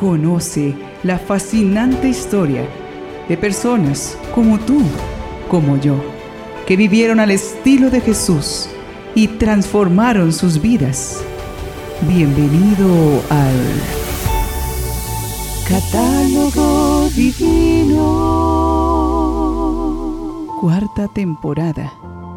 Conoce la fascinante historia de personas como tú, como yo, que vivieron al estilo de Jesús y transformaron sus vidas. Bienvenido al Catálogo Divino. Cuarta temporada.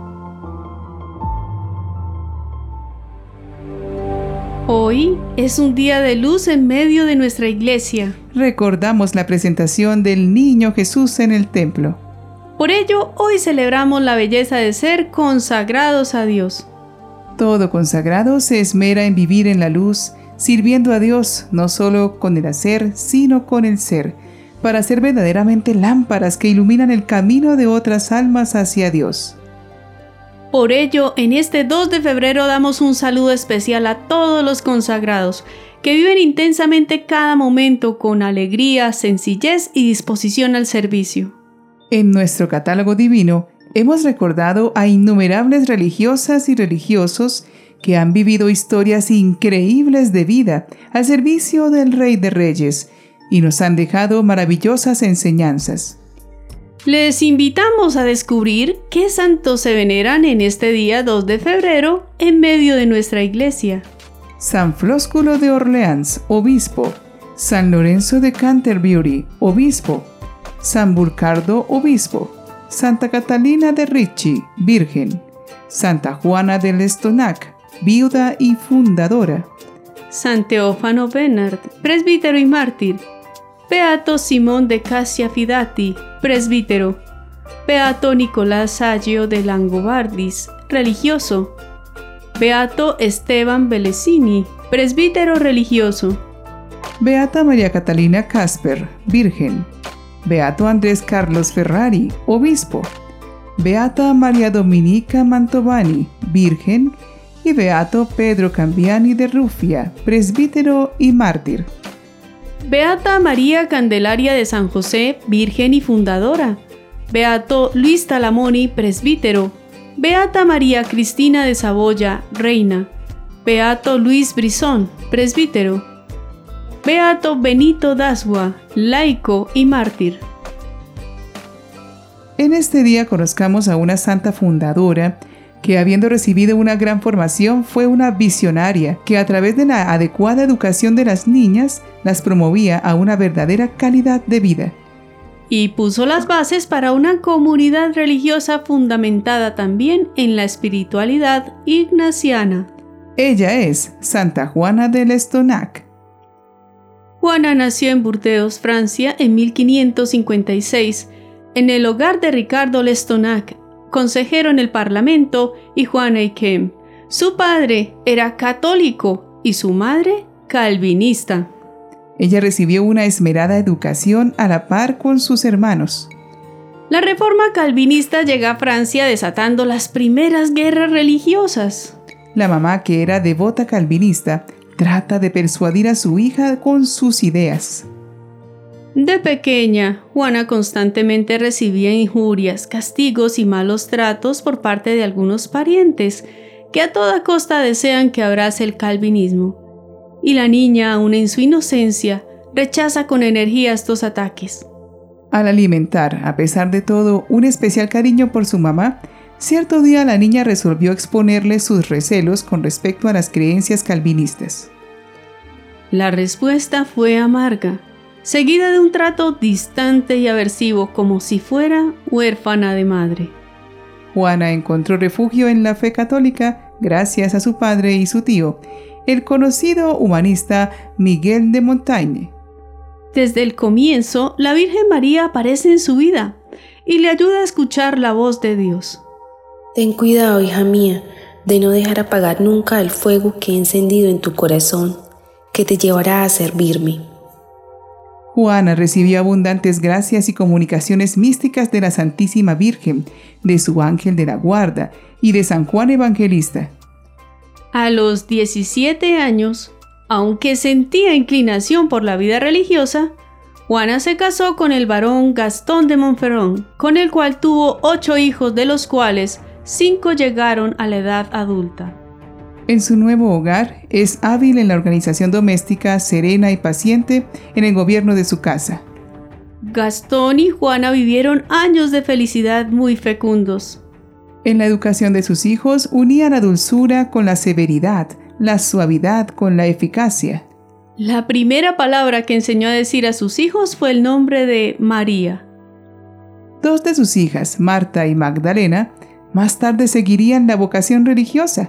Hoy es un día de luz en medio de nuestra iglesia. Recordamos la presentación del niño Jesús en el templo. Por ello, hoy celebramos la belleza de ser consagrados a Dios. Todo consagrado se esmera en vivir en la luz, sirviendo a Dios no solo con el hacer, sino con el ser, para ser verdaderamente lámparas que iluminan el camino de otras almas hacia Dios. Por ello, en este 2 de febrero damos un saludo especial a todos los consagrados que viven intensamente cada momento con alegría, sencillez y disposición al servicio. En nuestro catálogo divino hemos recordado a innumerables religiosas y religiosos que han vivido historias increíbles de vida al servicio del Rey de Reyes y nos han dejado maravillosas enseñanzas. Les invitamos a descubrir qué santos se veneran en este día 2 de febrero en medio de nuestra iglesia. San Flósculo de Orleans, obispo. San Lorenzo de Canterbury, obispo. San Burcardo, obispo. Santa Catalina de Ricci, virgen. Santa Juana de Lestonac, viuda y fundadora. San Teófano Bernard, presbítero y mártir. Beato Simón de Cassia Fidati, presbítero. Beato Nicolás Saggio de Langobardis, religioso. Beato Esteban Belesini, presbítero religioso. Beata María Catalina Casper, virgen. Beato Andrés Carlos Ferrari, obispo. Beata María Dominica Mantovani, virgen. Y Beato Pedro Cambiani de Rufia, presbítero y mártir. Beata María Candelaria de San José, virgen y fundadora. Beato Luis Talamoni, presbítero. Beata María Cristina de Saboya, reina. Beato Luis Brizón, presbítero. Beato Benito Dasua, laico y mártir. En este día conozcamos a una santa fundadora que, habiendo recibido una gran formación, fue una visionaria que a través de la adecuada educación de las niñas las promovía a una verdadera calidad de vida. Y puso las bases para una comunidad religiosa fundamentada también en la espiritualidad ignaciana. Ella es Santa Juana de Lestonac. Juana nació en Burdeos, Francia, en 1556, en el hogar de Ricardo Lestonac, consejero en el Parlamento, y Juana Eyquem. Su padre era católico y su madre calvinista. Ella recibió una esmerada educación a la par con sus hermanos. La reforma calvinista llega a Francia desatando las primeras guerras religiosas. La mamá, que era devota calvinista, trata de persuadir a su hija con sus ideas. De pequeña, Juana constantemente recibía injurias, castigos y malos tratos por parte de algunos parientes que a toda costa desean que abrace el calvinismo. Y la niña, aún en su inocencia, rechaza con energía estos ataques. Al alimentar, a pesar de todo, un especial cariño por su mamá, cierto día la niña resolvió exponerle sus recelos con respecto a las creencias calvinistas. La respuesta fue amarga, seguida de un trato distante y aversivo, como si fuera huérfana de madre. Juana encontró refugio en la fe católica gracias a su padre y su tío, el conocido humanista Miguel de Montaigne. Desde el comienzo, la Virgen María aparece en su vida y le ayuda a escuchar la voz de Dios. Ten cuidado, hija mía, de no dejar apagar nunca el fuego que he encendido en tu corazón, que te llevará a servirme. Juana recibió abundantes gracias y comunicaciones místicas de la Santísima Virgen, de su ángel de la guarda y de San Juan Evangelista. A los 17 años, aunque sentía inclinación por la vida religiosa, Juana se casó con el barón Gastón de Montferrand, con el cual tuvo 8 hijos, de los cuales 5 llegaron a la edad adulta. En su nuevo hogar, es hábil en la organización doméstica, serena y paciente en el gobierno de su casa. Gastón y Juana vivieron años de felicidad muy fecundos. En la educación de sus hijos, unía la dulzura con la severidad, la suavidad con la eficacia. La primera palabra que enseñó a decir a sus hijos fue el nombre de María. 2 de sus hijas, Marta y Magdalena, más tarde seguirían la vocación religiosa.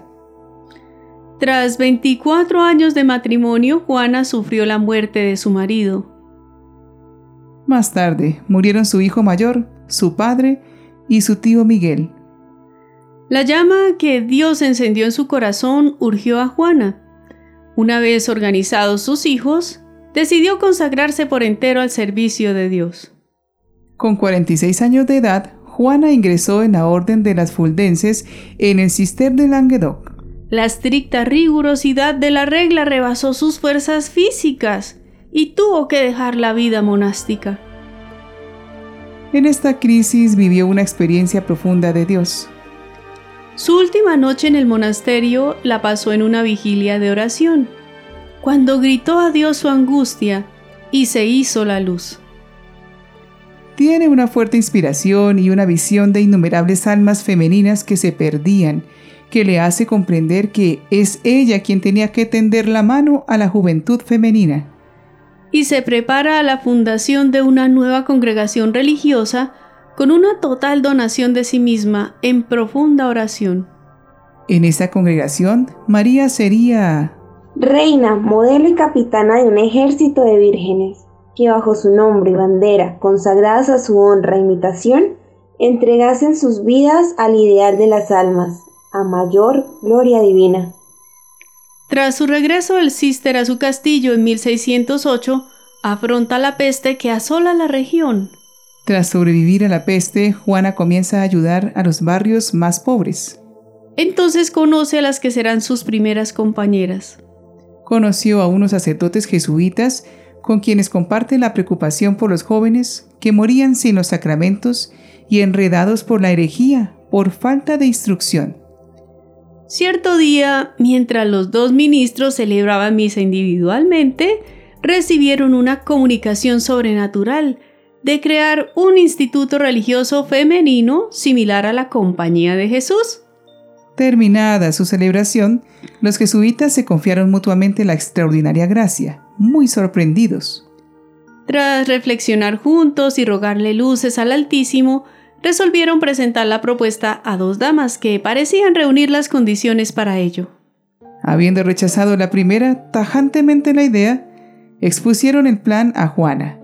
Tras 24 años de matrimonio, Juana sufrió la muerte de su marido. Más tarde murieron su hijo mayor, su padre y su tío Miguel. La llama que Dios encendió en su corazón urgió a Juana. Una vez organizados sus hijos, decidió consagrarse por entero al servicio de Dios. Con 46 años de edad, Juana ingresó en la Orden de las Fuldenses en el Cister de Languedoc. La estricta rigurosidad de la regla rebasó sus fuerzas físicas y tuvo que dejar la vida monástica. En esta crisis vivió una experiencia profunda de Dios. Su última noche en el monasterio la pasó en una vigilia de oración, cuando gritó a Dios su angustia y se hizo la luz. Tiene una fuerte inspiración y una visión de innumerables almas femeninas que se perdían, que le hace comprender que es ella quien tenía que tender la mano a la juventud femenina. Y se prepara a la fundación de una nueva congregación religiosa con una total donación de sí misma en profunda oración. En esa congregación, María sería reina, modelo y capitana de un ejército de vírgenes, que bajo su nombre y bandera, consagradas a su honra e imitación, entregasen sus vidas al ideal de las almas, a mayor gloria divina. Tras su regreso del Cister a su castillo en 1608, afronta la peste que asola la región. Tras sobrevivir a la peste, Juana comienza a ayudar a los barrios más pobres. Entonces conoce a las que serán sus primeras compañeras. Conoció a unos sacerdotes jesuitas con quienes comparte la preocupación por los jóvenes que morían sin los sacramentos y enredados por la herejía, por falta de instrucción. Cierto día, mientras los 2 ministros celebraban misa individualmente, recibieron una comunicación sobrenatural de crear un instituto religioso femenino similar a la Compañía de Jesús. Terminada su celebración, los jesuitas se confiaron mutuamente la extraordinaria gracia, muy sorprendidos. Tras reflexionar juntos y rogarle luces al Altísimo, resolvieron presentar la propuesta a 2 damas que parecían reunir las condiciones para ello. Habiendo rechazado la primera tajantemente la idea, expusieron el plan a Juana.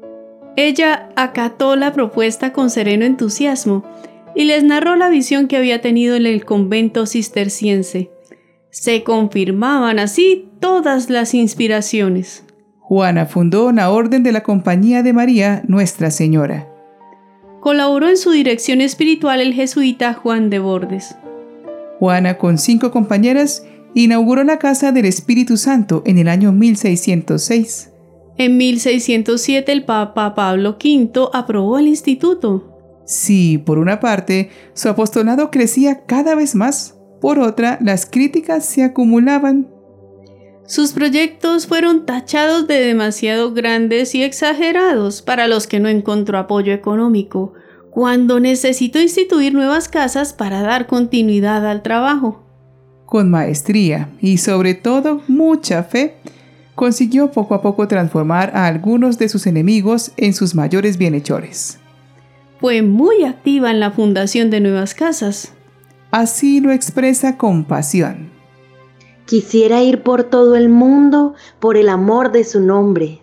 Ella acató la propuesta con sereno entusiasmo y les narró la visión que había tenido en el convento cisterciense. Se confirmaban así todas las inspiraciones. Juana fundó la Orden de la Compañía de María, Nuestra Señora. Colaboró en su dirección espiritual el jesuita Juan de Bordes. Juana, con 5 compañeras, inauguró la Casa del Espíritu Santo en el año 1606. En 1607 el Papa Pablo V aprobó el instituto. Sí, por una parte, su apostolado crecía cada vez más. Por otra, las críticas se acumulaban. Sus proyectos fueron tachados de demasiado grandes y exagerados para los que no encontró apoyo económico, cuando necesitó instituir nuevas casas para dar continuidad al trabajo. Con maestría y sobre todo mucha fe, consiguió poco a poco transformar a algunos de sus enemigos en sus mayores bienhechores. Fue muy activa en la fundación de nuevas casas. Así lo expresa con pasión. Quisiera ir por todo el mundo por el amor de su nombre.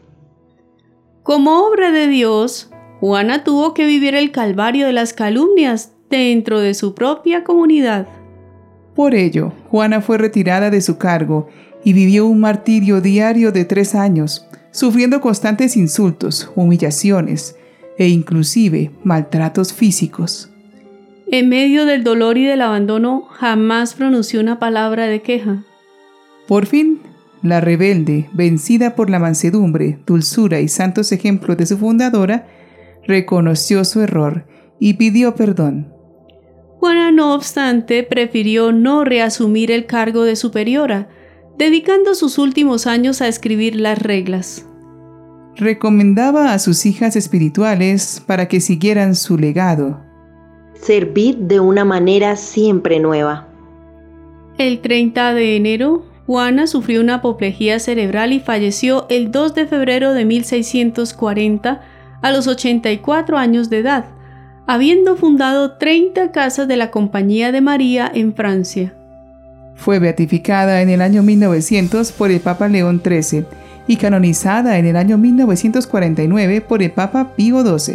Como obra de Dios, Juana tuvo que vivir el calvario de las calumnias dentro de su propia comunidad. Por ello, Juana fue retirada de su cargo y vivió un martirio diario de 3 años, sufriendo constantes insultos, humillaciones e inclusive maltratos físicos. En medio del dolor y del abandono, jamás pronunció una palabra de queja. Por fin, la rebelde, vencida por la mansedumbre, dulzura y santos ejemplos de su fundadora, reconoció su error y pidió perdón. Juana, no obstante, prefirió no reasumir el cargo de superiora, dedicando sus últimos años a escribir las reglas. Recomendaba a sus hijas espirituales para que siguieran su legado. Servid de una manera siempre nueva. El 30 de enero, Juana sufrió una apoplejía cerebral y falleció el 2 de febrero de 1640 a los 84 años de edad, habiendo fundado 30 casas de la Compañía de María en Francia. Fue beatificada en el año 1900 por el Papa León XIII y canonizada en el año 1949 por el Papa Pío XII.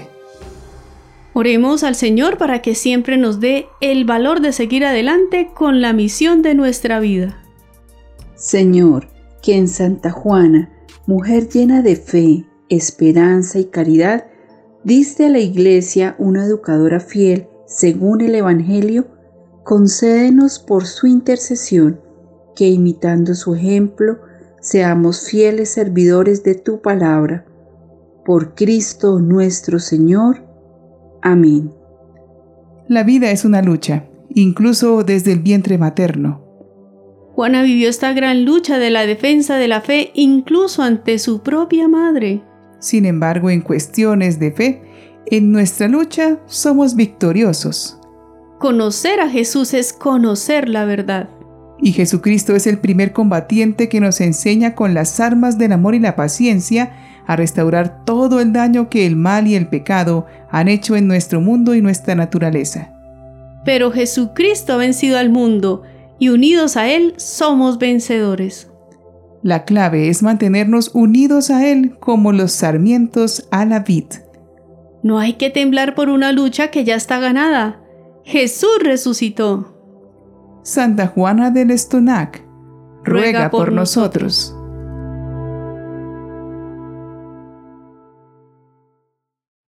Oremos al Señor para que siempre nos dé el valor de seguir adelante con la misión de nuestra vida. Señor, que en Santa Juana, mujer llena de fe, esperanza y caridad, diste a la Iglesia una educadora fiel según el Evangelio, concédenos por su intercesión que, imitando su ejemplo, seamos fieles servidores de tu palabra. Por Cristo nuestro Señor. Amén. La vida es una lucha, incluso desde el vientre materno. Juana vivió esta gran lucha de la defensa de la fe incluso ante su propia madre. Sin embargo, en cuestiones de fe, en nuestra lucha somos victoriosos. Conocer a Jesús es conocer la verdad. Y Jesucristo es el primer combatiente que nos enseña con las armas del amor y la paciencia a restaurar todo el daño que el mal y el pecado han hecho en nuestro mundo y nuestra naturaleza. Pero Jesucristo ha vencido al mundo y unidos a Él somos vencedores. La clave es mantenernos unidos a Él como los sarmientos a la vid. No hay que temblar por una lucha que ya está ganada. Jesús resucitó. Santa Juana del Estonac, ruega por nosotros.